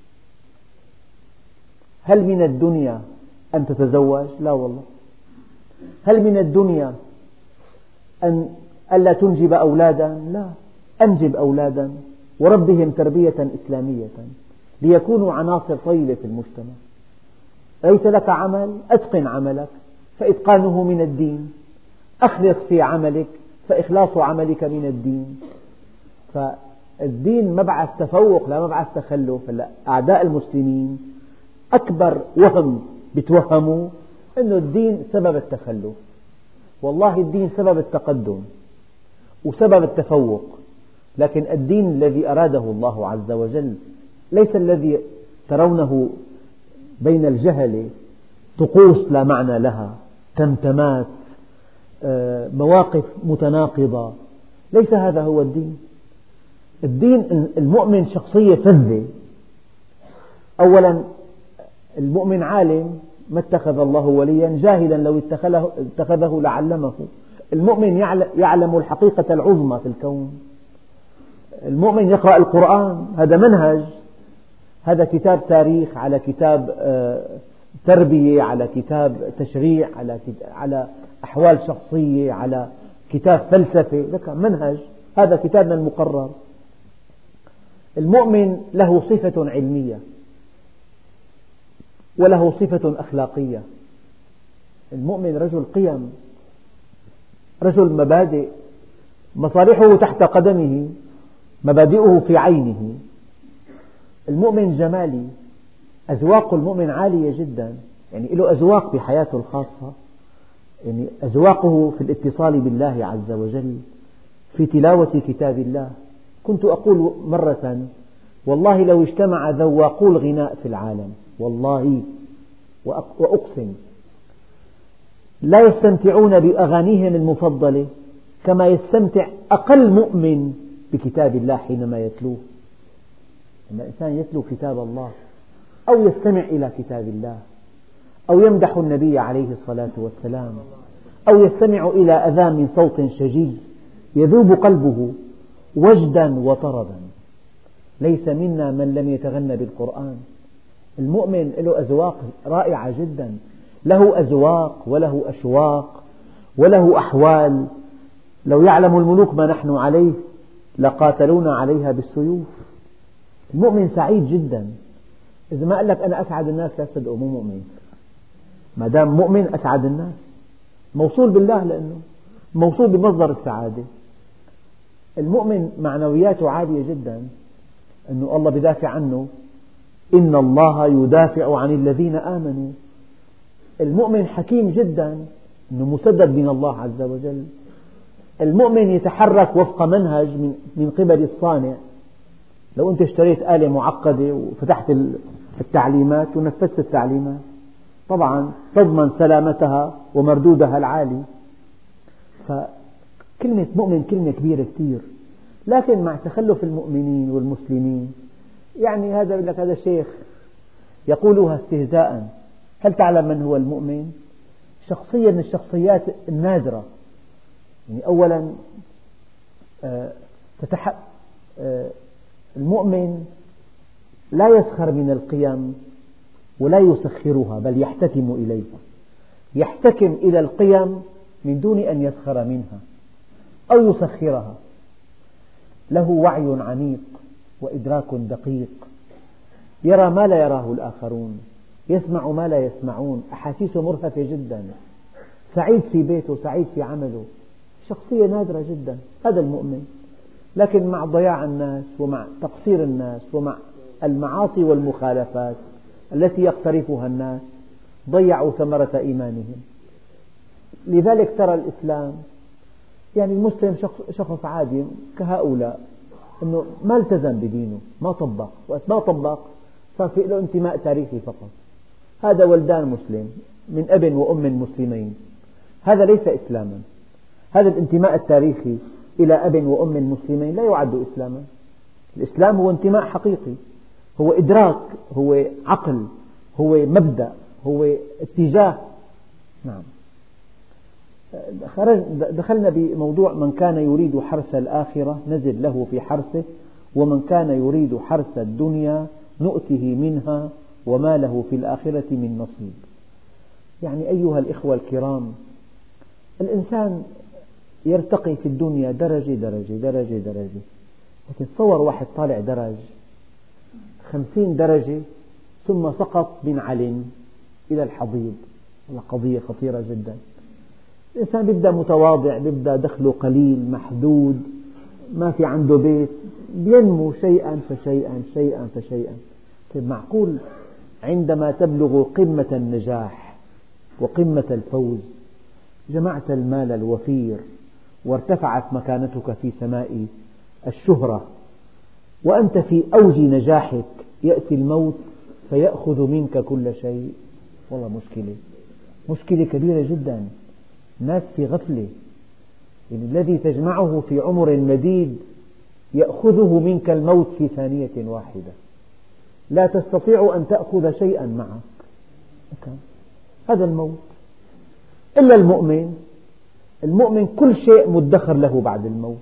هل من الدنيا أن تتزوج؟ لا والله. هل من الدنيا ألا تنجب أولادا؟ لا، أنجب أولادا وربهم تربية إسلامية ليكونوا عناصر طيبة في المجتمع. ليس لك عمل، أتقن عملك فإتقانه من الدين، أخلص في عملك فإخلاص عملك من الدين. فالدين مبعث تفوق لا مبعث تخلف. أعداء المسلمين أكبر وهم بتوهموا أن الدين سبب التخلف. والله الدين سبب التقدم وسبب التفوق، لكن الدين الذي أراده الله عز وجل ليس الذي ترونه بين الجهل طقوس لا معنى لها، تمتمات، مواقف متناقضة. ليس هذا هو الدين. الدين المؤمن شخصية فذة. أولا المؤمن عالم، ما اتخذ الله وليا جاهلا لو اتخذه لعلمه. المؤمن يعلم الحقيقة العظمى في الكون. المؤمن يقرأ القرآن، هذا منهج، هذا كتاب تاريخ على كتاب تربية على كتاب تشريع على أحوال شخصية على كتاب فلسفة، ذكر منهج، هذا كتابنا المقرر. المؤمن له صفة علمية وله صفة أخلاقية. المؤمن رجل قيم، رجل مبادئ، مصالحه تحت قدمه، مبادئه في عينه. المؤمن جمالي، أذواق المؤمن عالية جدا، يعني له أذواق بحياته الخاصة، يعني أذواقه في الاتصال بالله عز وجل، في تلاوة كتاب الله. كنت أقول مرة: والله لو اجتمع ذواقو الغناء في العالم، والله وأقسم لا يستمتعون بأغانيهم المفضلة كما يستمتع أقل مؤمن بكتاب الله حينما يتلوه. لما الإنسان يتلو كتاب الله أو يستمع إلى كتاب الله أو يمدح النبي عليه الصلاة والسلام أو يستمع إلى أذان من صوت شجي يذوب قلبه وجدا وطربا. ليس منا من لم يتغنى بالقرآن. المؤمن له أذواق رائعة جدا، له أذواق وله أشواق وله أحوال. لو يعلم الملوك ما نحن عليه لقاتلونا عليها بالسيوف. المؤمن سعيد جدا. إذا ما قال لك أنا أسعد الناس لا تصدقه، مو مؤمن. ما دام مؤمن أسعد الناس، موصول بالله، لأنه موصول بمصدر السعادة. المؤمن معنوياته عالية جدا، أنه الله بدافع عنه، إن الله يدافع عن الذين آمنوا. المؤمن حكيم جدا، أنه مسدد من الله عز وجل. المؤمن يتحرك وفق منهج من قبل الصانع. لو أنت اشتريت آلة معقدة وفتحت التعليمات ونفذت التعليمات، طبعا تضمن سلامتها ومردودها العالي. فكلمة مؤمن كلمة كبيرة كثير، لكن مع تخلف المؤمنين والمسلمين، يعني هذا يقول لك هذا شيخ يقولها استهزاء. هل تعلم من هو المؤمن؟ شخصية من الشخصيات النادرة. يعني أولا المؤمن لا يسخر من القيم ولا يسخرها، بل يحتكم إليها، يحتكم إلى القيم من دون أن يسخر منها أو يسخرها. له وعي عميق وإدراك دقيق، يرى ما لا يراه الآخرون، يسمع ما لا يسمعون، أحاسيسه مرهفة جدا، سعيد في بيته، سعيد في عمله، شخصية نادرة جدا. هذا المؤمن. لكن مع ضياع الناس ومع تقصير الناس ومع المعاصي والمخالفات التي يقترفها الناس ضيعوا ثمرة إيمانهم. لذلك ترى الإسلام، يعني المسلم شخص عادي كهؤلاء، أنه ما التزم بدينه، ما طبق، وقت ما طبق صار في له انتماء تاريخي فقط. هذا ولدان مسلم من أب وأم مسلمين، هذا ليس إسلاما. هذا الانتماء التاريخي إلى أب وأم مسلمين لا يعد إسلاما. الإسلام هو انتماء حقيقي، هو إدراك، هو عقل، هو مبدأ، هو اتجاه. نعم. دخلنا بموضوع من كان يريد حرث الآخرة نزد له في حرثه ومن كان يريد حرث الدنيا نؤته منها وما له في الآخرة من نصيب. يعني أيها الإخوة الكرام، الإنسان يرتقي في الدنيا درجة درجة درجة درجة، لكن تصور واحد طالع درج 50 درجة ثم سقط من علم إلى الحضيض. قضية خطيرة جدا. الإنسان يبدأ متواضع، يبدأ دخله قليل محدود، ما في عنده بيت، ينمو شيئا فشيئا شيئا فشيئا. طيب معقول عندما تبلغ قمة النجاح وقمة الفوز جمعت المال الوفير وارتفعت مكانتك في سماء الشهرة وأنت في أوج نجاحك، يأتي الموت فيأخذ منك كل شيء؟ والله مشكلة كبيرة جدا. الناس في غفلة، يعني الذي تجمعه في عمر مديد يأخذه منك الموت في ثانية واحدة، لا تستطيع أن تأخذ شيئا معك. هذا الموت. إلا المؤمن كل شيء مدخر له بعد الموت،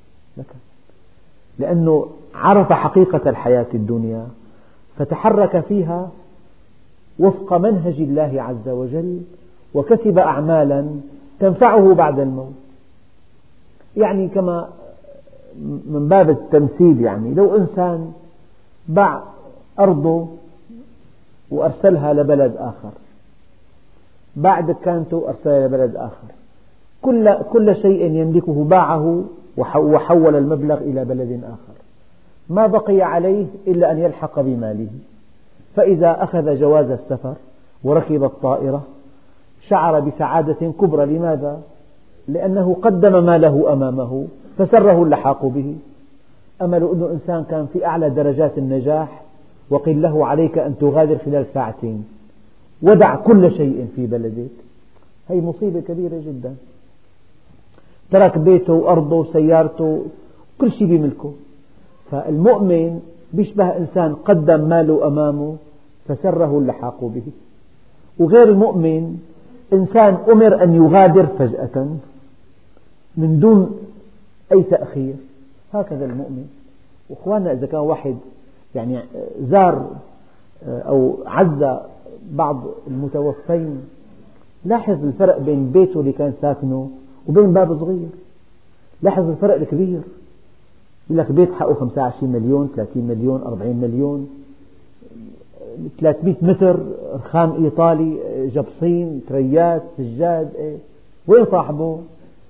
لأنه عرف حقيقة الحياة الدنيا فتحرك فيها وفق منهج الله عز وجل وكسب أعمالا تنفعه بعد الموت. يعني كما من باب التمثيل، يعني لو إنسان باع أرضه وأرسلها لبلد آخر، باع دكانته أرسلها لبلد آخر، كل شيء يملكه باعه وحول المبلغ إلى بلد آخر، ما بقي عليه إلا أن يلحق بماله. فإذا أخذ جواز السفر وركب الطائرة شعر بسعادة كبرى. لماذا؟ لأنه قدم ماله أمامه فسره اللحاق به. أمل أنه إنسان كان في أعلى درجات النجاح وقيل له عليك أن تغادر خلال ساعتين، ودع كل شيء في بلدك، هذه مصيبة كبيرة جدا. ترك بيته وأرضه وسيارته كل شيء بملكه. فالمؤمن بيشبه إنسان قدم ماله أمامه فسره اللحاق به. وغير المؤمن إنسان أمر أن يغادر فجأة من دون أي تأخير. هكذا المؤمن. وأخواننا، إذا كان واحد يعني زار أو عز بعض المتوفين، لاحظ الفرق بين بيته اللي كان ساكنه وبين باب صغير، لاحظ الفرق الكبير. يقول لك بيت حقه 25 مليون، 30 مليون، 40 مليون، 300 متر، رخام إيطالي، جبصين، تريات، سجاد. وين صاحبه؟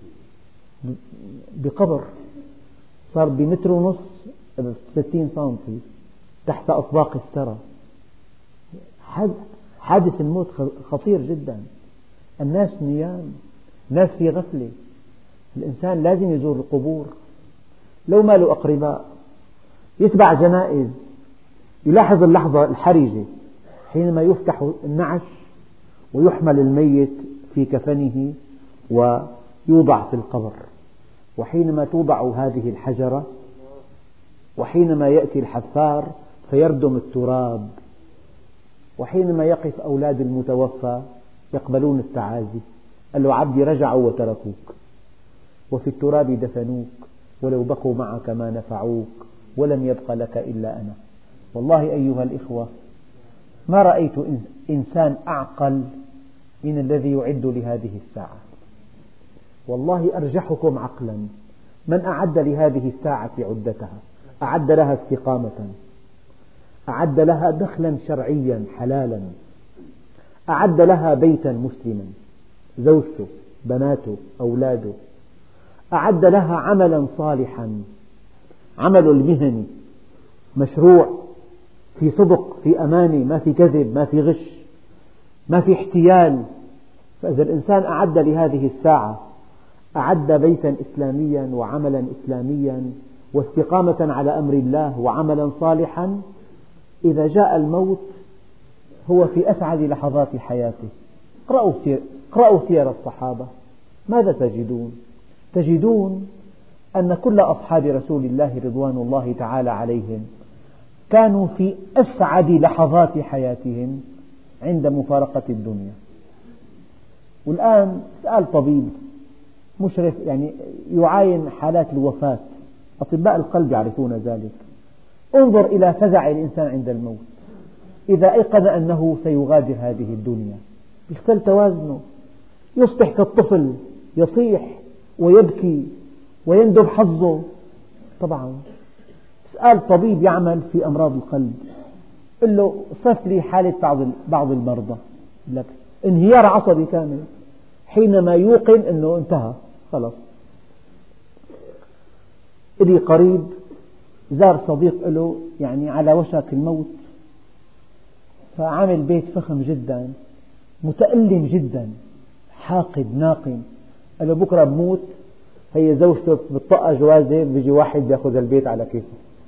بقبر صار بمتر ونص، 60 سنتي تحت أطباق الثرى. حادث الموت خطير جدا. الناس نيام، الناس في غفلة. الإنسان لازم يزور القبور. لو ما له أقرباء يتبع جنائز، يلاحظ اللحظة الحرجة حينما يفتح النعش ويحمل الميت في كفنه ويوضع في القبر، وحينما توضع هذه الحجرة، وحينما يأتي الحفار فيردم التراب، وحينما يقف أولاد المتوفى يقبلون التعازي. قال له عبدي رجعوا وتركوك وفي التراب دفنوك ولو بقوا معك ما نفعوك ولم يبق لك إلا أنا. والله أيها الإخوة، ما رأيت إنسان أعقل من الذي يعد لهذه الساعة. والله أرجحكم عقلا من أعد لهذه الساعة عدتها، أعد لها استقامة، أعد لها دخلا شرعيا حلالا، أعد لها بيتا مسلما، زوجته، بناته، أولاده، أعد لها عملا صالحا، عمل المهني مشروع في صدق، في أمانة، ما في كذب، ما في غش، ما في احتيال. فإذا الإنسان أعد لهذه الساعة، أعد بيتا إسلاميا وعملا إسلاميا واستقامة على أمر الله وعملا صالحا، إذا جاء الموت هو في أسعد لحظات حياته. اقرأوا سير الصحابة، ماذا تجدون؟ تجدون أن كل أصحاب رسول الله رضوان الله تعالى عليهم كانوا في أسعد لحظات حياتهم عند مفارقة الدنيا. والآن اسأل طبيب مشرف يعني يعاين حالات الوفاة، أطباء القلب يعرفون ذلك. انظر إلى فزع الإنسان عند الموت، إذا أيقن أنه سيغادر هذه الدنيا يختل توازنه، يصبح كالطفل يصيح ويبكي ويندب حظه. طبعا اسأل طبيب يعمل في أمراض القلب، قل له صف لي حالة بعض المرضى، لك انهيار عصبي كامل حينما يوقن أنه انتهى خلاص. إلي قريب زار صديق له يعني على وشك الموت، فعمل بيت فخم جدا متألم جدا، حاقد ناقم. قال له بكرة بموت، هي زوجته بتطقى جوازه، بيجي واحد بيأخذ البيت على كيفه.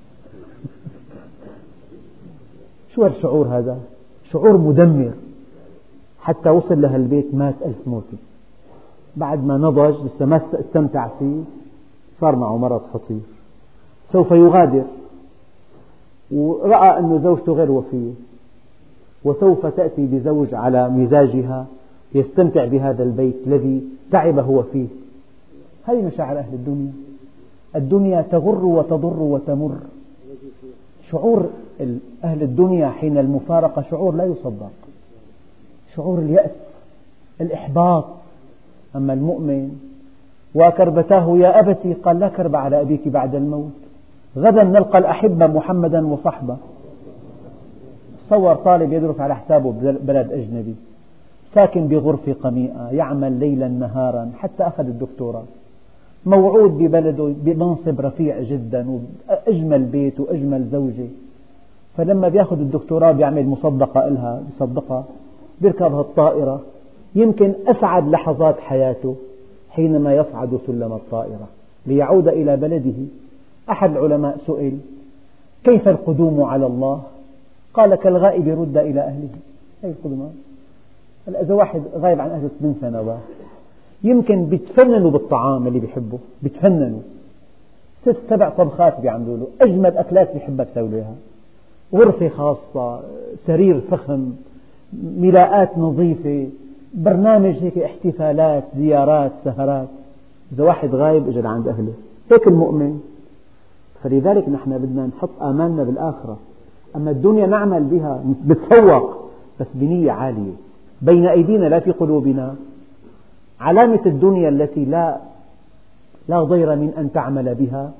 شو هالشعور هذا؟ شعور مدمر. حتى وصل له البيت مات 1000 موتة، بعد ما نضج لسه ما استمتع فيه، صار معه مرض خطير، سوف يغادر، ورأى أن زوجته غير وفية، وسوف تأتي بزوج على مزاجها يستمتع بهذا البيت الذي تعب هو فيه. هذه مشاعر أهل الدنيا. الدنيا تغر وتضر وتمر. شعور أهل الدنيا حين المفارقة شعور لا يصدق، شعور اليأس، الإحباط. أما المؤمن وكربتاه يا أبتي، قال لا كرب على أبيك بعد الموت، غدا نلقى الأحبة محمدا وصحبه. تصور طالب يدرس على حسابه ببلد أجنبي، ساكن بغرفة قميئة، يعمل ليلا نهارا حتى أخذ الدكتوراه، موعود ببلده بمنصب رفيع جدا وأجمل بيت وأجمل زوجة، فلما بيأخذ الدكتوراه بيعمل مصدقة لها، بيصدقها، بيركب هالطائرة. يمكن أسعد لحظات حياته حينما يصعد سلم الطائرة ليعود إلى بلده. أحد العلماء سئل كيف القدوم على الله؟ قال كالغائب رد إلى أهله. أي القدوم؟ إذا واحد غايب عن أهله 8 سنوات يمكن بيتفننوا بالطعام اللي بيحبه، بيتفننوا 6 7 طبخات بيعملوا له، أجمل أكلات بيحبها تسوي له إياها، غرفة خاصة، سرير فخم، ملاءات نظيفة، برنامج هيك، احتفالات، زيارات، سهرات. إذا واحد غايب إجا لعند أهله. هيك المؤمن. فلذلك نحن بدنا نحط آمالنا بالآخرة. أما الدنيا نعمل بها، نتسوق بس بنية عالية، بين أيدينا لا في قلوبنا. علامة الدنيا التي لا ضير من أن تعمل بها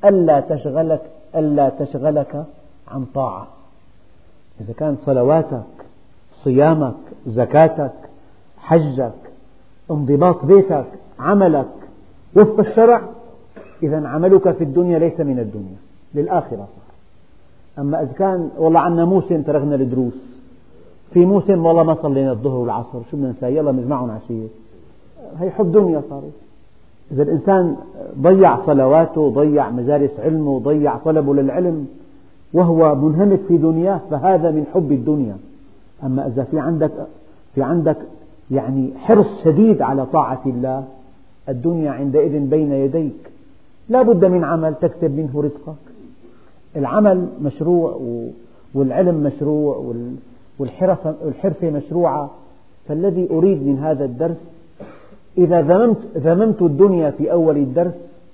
ألا تشغلك عن طاعة. إذا كان صلواتك، صيامك، زكاتك، حجك، انضباط بيتك، عملك وفق الشرع، إذا عملك في الدنيا ليس من الدنيا، للآخرة صار. أما إذا كان والله عنا موسم تركنا الدروس، في موسم والله ما صلينا الظهر والعصر، شو بدنا نساوي؟ يلا نجمعهم عشية. هي حب دنيا صارت. إذا الإنسان ضيع صلواته، ضيع مجالس علمه، ضيع طلبه للعلم وهو منهمك في دنياه، فهذا من حب الدنيا. أما إذا في عندك يعني حرص شديد على طاعة الله، الدنيا عندئذ بين يديك، لا بد من عمل تكسب منه رزقك. العمل مشروع والعلم مشروع والحرفة مشروعة. فالذي أريد من هذا الدرس، إذا ذممت الدنيا في أول الدرس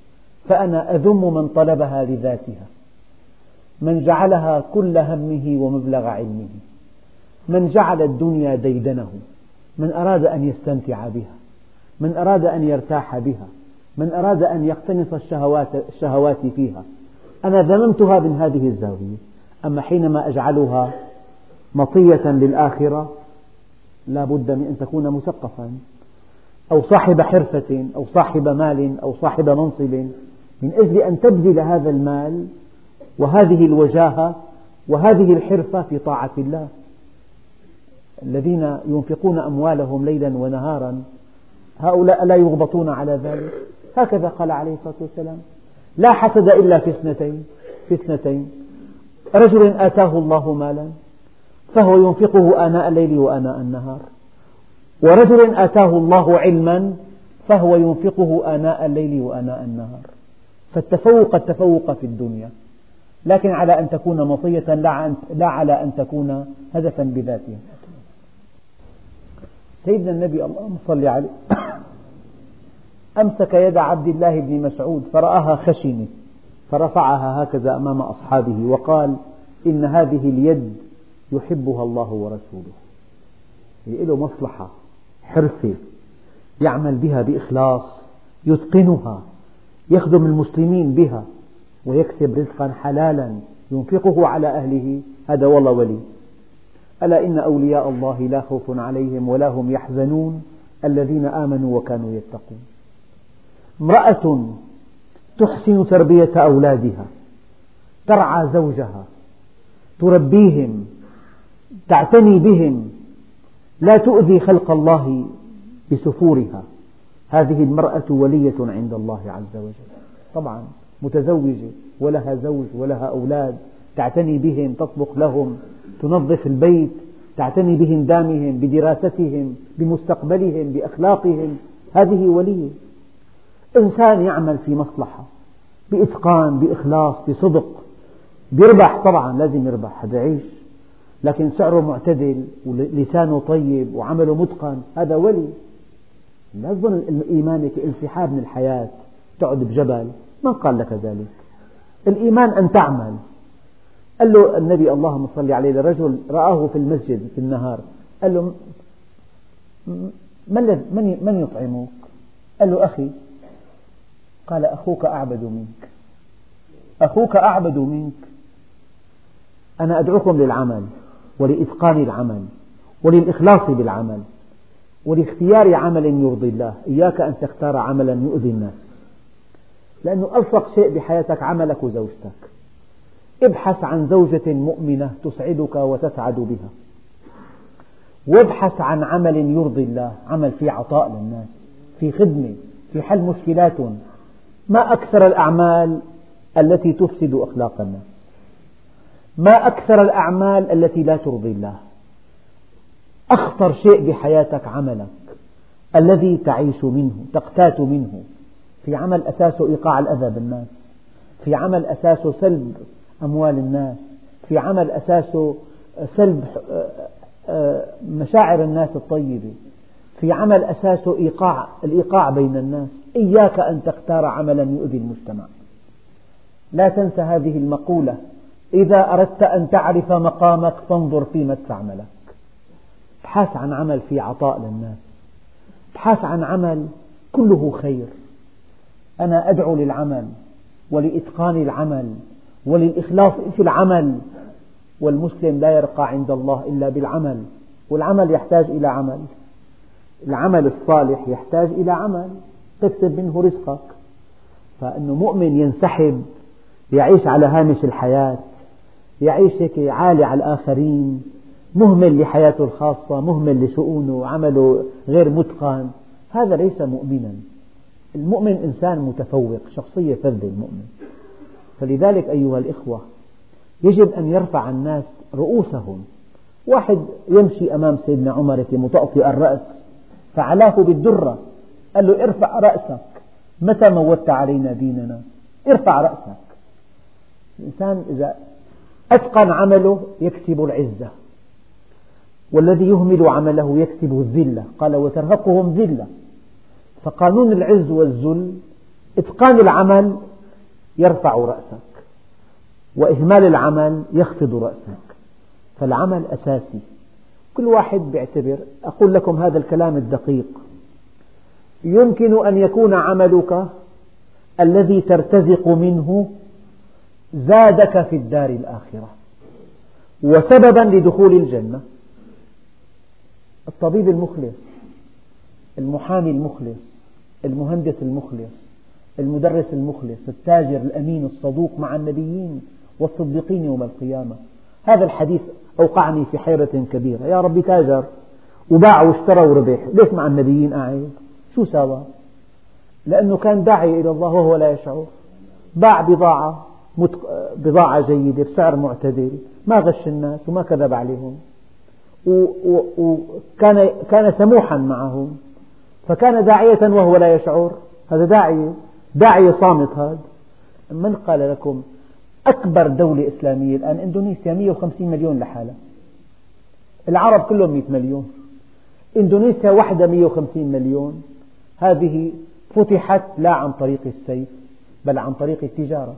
فأنا أذم من طلبها لذاتها، من جعلها كل همه ومبلغ علمه، من جعل الدنيا ديدنه، من أراد أن يستمتع بها، من أراد أن يرتاح بها، من أراد أن يقتنص الشهوات فيها. أنا ذممتها من هذه الزاوية. أما حينما أجعلها مطية للآخرة لا بد من أن تكون مثقفا أو صاحب حرفة أو صاحب مال أو صاحب منصب، من أجل أن تبذل هذا المال وهذه الوجاهة وهذه الحرفة في طاعة الله. الذين ينفقون أموالهم ليلا ونهارا هؤلاء لا يغبطون على ذلك. هكذا قال عليه الصلاة والسلام: لا حسد إلا في اثنتين: رجل آتاه الله مالا فهو ينفقه آناء الليل وآناء النهار، ورجل آتاه الله علما فهو ينفقه آناء الليل وآناء النهار. فالتفوق التفوق في الدنيا، لكن على أن تكون مطية لا على أن تكون هدفا بذاتها. سيدنا النبي اللهم صل عليه أمسك يد عبد الله بن مسعود فرآها خشنة فرفعها هكذا أمام أصحابه وقال: إن هذه اليد يحبها الله ورسوله. له مصلحة، حرفة يعمل بها بإخلاص، يتقنها، يخدم المسلمين بها ويكسب رزقا حلالا ينفقه على أهله. هذا والله ولي. ألا إن أولياء الله لا خوف عليهم ولا هم يحزنون الذين آمنوا وكانوا يتقون. امرأة تحسن تربية أولادها، ترعى زوجها، تربيهم، تعتني بهم، لا تؤذي خلق الله بسفورها، هذه المرأة ولية عند الله عز وجل. طبعا متزوجة ولها زوج ولها أولاد، تعتني بهم، تطبخ لهم، تنظف البيت، تعتني بهندامهم، بدراستهم، بمستقبلهم، بأخلاقهم، هذه ولية. إنسان يعمل في مصلحة بإتقان، بإخلاص، بصدق، بيربح. طبعا لازم يربح، هذا يعيش، لكن سعره معتدل ولسانه طيب وعمله متقن، هذا ولي. لا تظن إيمانك انسحاب من الحياة، تقعد بجبل، من قال لك ذلك؟ الإيمان أن تعمل. قال له النبي اللهم صل عليه لرجل رآه في المسجد في النهار، قال له: من يطعمك؟ قال له: أخي. قال: أخوك أعبد منك، أخوك أعبد منك. أنا أدعوكم للعمل ولإتقان العمل وللإخلاص بالعمل ولاختيار عمل يرضي الله. إياك أن تختار عملا يؤذي الناس، لأنه ألصق شيء بحياتك عملك وزوجتك. ابحث عن زوجة مؤمنة تسعدك وتسعد بها، وابحث عن عمل يرضي الله، عمل في عطاء للناس، في خدمة، في حل مشكلات. ما أكثر الأعمال التي تفسد أخلاق الناس، ما أكثر الأعمال التي لا ترضي الله. أخطر شيء بحياتك عملك الذي تعيش منه، تقتات منه، في عمل أساسه إيقاع الأذى بالناس، في عمل أساسه سلب أموال الناس، في عمل أساسه سلب مشاعر الناس الطيبة، في عمل أساسه الإيقاع بين الناس. إياك أن تختار عملا يؤذي المجتمع. لا تنسى هذه المقولة: إذا أردت أن تعرف مقامك فانظر فيما استعملك. ابحث عن عمل في عطاء للناس، ابحث عن عمل كله خير. أنا أدعو للعمل ولإتقان العمل وللإخلاص في العمل، والمسلم لا يرقى عند الله إلا بالعمل، والعمل يحتاج إلى عمل. العمل الصالح يحتاج إلى عمل تكسب منه رزقك. فإنه مؤمن ينسحب، يعيش على هامش الحياة، يعيش هيك عالي على الآخرين، مهمل لحياته الخاصة، مهمل لشؤونه، عمله غير متقن، هذا ليس مؤمنا. المؤمن إنسان متفوق، شخصية فذة المؤمن. فلذلك أيها الإخوة يجب أن يرفع الناس رؤوسهم. واحد يمشي أمام سيدنا عمر مطأطئ الرأس فعلاه بالدرة، قال له: ارفع رأسك، متى موت علينا ديننا؟ ارفع رأسك. الإنسان إذا أتقن عمله يكسب العزة، والذي يهمل عمله يكسب الذلة. قال: وترهقهم ذلة. فقانون العز والذل إتقان العمل يرفع رأسك، وإهمال العمل يخفض رأسك. فالعمل أساسي. كل واحد بيعتبر، أقول لكم هذا الكلام الدقيق، يمكن أن يكون عملك الذي ترتزق منه زادك في الدار الآخرة وسببا لدخول الجنة. الطبيب المخلص، المحامي المخلص، المهندس المخلص، المدرس المخلص، التاجر الأمين الصدوق مع النبيين والصديقين يوم القيامة. هذا الحديث أوقعني في حيرة كبيرة. يا ربي، تاجر وباع واشترى وربح، ليش مع النبيين قاعد؟ شو سوى؟ لأنه كان داعي إلى الله وهو لا يشعر. باع بضاعة جيدة بسعر معتدل، ما غش الناس وما كذب عليهم، وكان سموحا معهم، فكان داعية وهو لا يشعر. هذا داعية صامت. هذا من قال لكم أكبر دولة إسلامية الآن إندونيسيا 150 مليون لحالها، العرب كلهم 100 مليون، إندونيسيا وحدها 150 مليون. هذه فتحت لا عن طريق السيف بل عن طريق التجارة.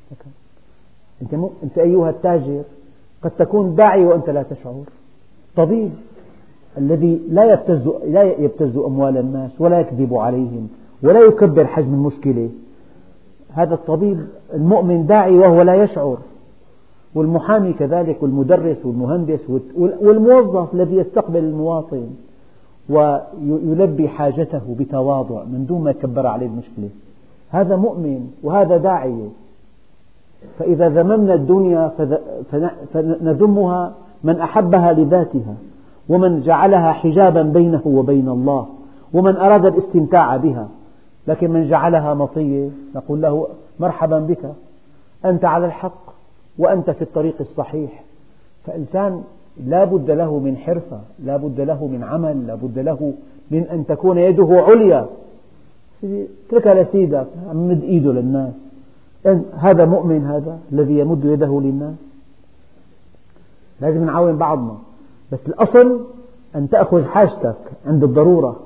أنت أيها التاجر قد تكون داعي وأنت لا تشعر. طبيب الذي لا يبتز أموال الناس ولا يكذب عليهم ولا يكبر حجم المشكلة، هذا الطبيب المؤمن داعي وهو لا يشعر. والمحامي كذلك، والمدرس والمهندس والموظف الذي يستقبل المواطن ويلبي حاجته بتواضع من دون ما يكبر عليه المشكلة، هذا مؤمن وهذا داعية. فإذا ذممنا الدنيا فنذمها من أحبها لذاتها، ومن جعلها حجابا بينه وبين الله، ومن أراد الاستمتاع بها. لكن من جعلها مطية نقول له مرحبا بك، أنت على الحق وأنت في الطريق الصحيح. فإنسان لا بد له من حرفة، لا بد له من عمل، لا بد له من أن تكون يده عليا. اتركها لسيدك، مد إيده للناس. هذا مؤمن، هذا الذي يمد يده للناس. لازم نعاون بعضنا، بس الأصل أن تأخذ حاجتك عند الضرورة،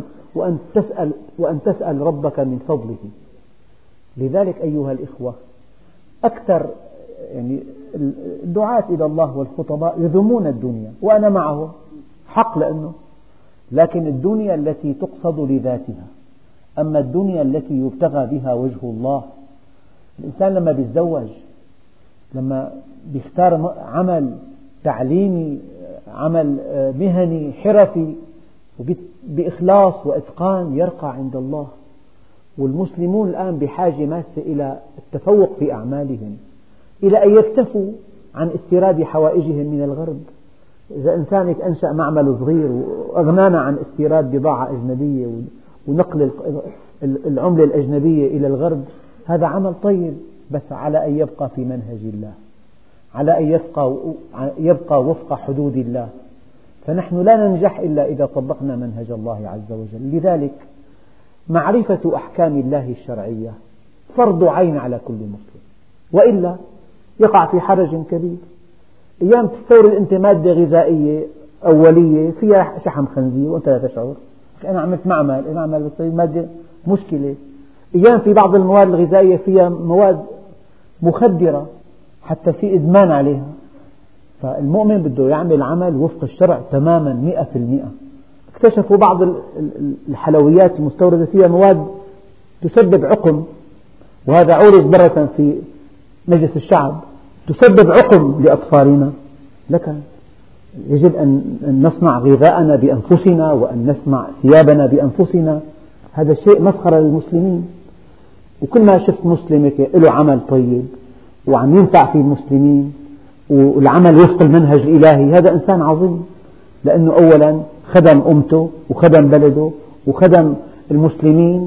وأن تسأل ربك من فضله. لذلك أيها الإخوة، أكثر الدعاة إلى الله والخطباء يذمون الدنيا، وأنا معهم حق، لكن الدنيا التي تقصد لذاتها. أما الدنيا التي يبتغى بها وجه الله، الإنسان لما يتزوج، لما يختار عمل تعليمي، عمل مهني حرفي، بإخلاص وإتقان يرقى عند الله. والمسلمون الآن بحاجة ماسة إلى التفوق في أعمالهم، إلى أن يكتفوا عن استيراد حوائجهم من الغرب. إذا إنسان أنشأ معمل صغير وأغنانا عن استيراد بضاعة أجنبية ونقل العملة الأجنبية إلى الغرب، هذا عمل طيب، بس على أن يبقى في منهج الله، على أن يبقى وفق حدود الله. فنحن لا ننجح إلا إذا طبقنا منهج الله عز وجل. لذلك معرفة أحكام الله الشرعية فرض عين على كل مسلم، وإلا يقع في حرج كبير. أيام تستورد أنت مادة غذائية أولية فيها شحم خنزير وأنت لا تشعر، أنا عملت معمل بتصير مادة مشكلة. أيام في بعض المواد الغذائية فيها مواد مخدرة حتى في إدمان عليها. فالمؤمن بده يعمل عمل وفق الشرع تماما 100%. اكتشفوا بعض الحلويات المستوردة فيها مواد تسبب عقم، وهذا عورض مرة في مجلس الشعب، تسبب عقم لأطفالنا. لكن يجب أن نصنع غذاءنا بأنفسنا، وأن نصنع ثيابنا بأنفسنا. هذا شيء مسخرة للمسلمين. وكل ما شفت مسلم له عمل طيب وعم ينفع في المسلمين والعمل وفق المنهج الإلهي، هذا إنسان عظيم، لأنه أولا خدم أمته وخدم بلده وخدم المسلمين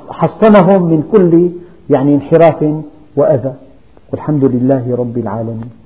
وحصنهم من كل انحراف وأذى. والحمد لله رب العالمين.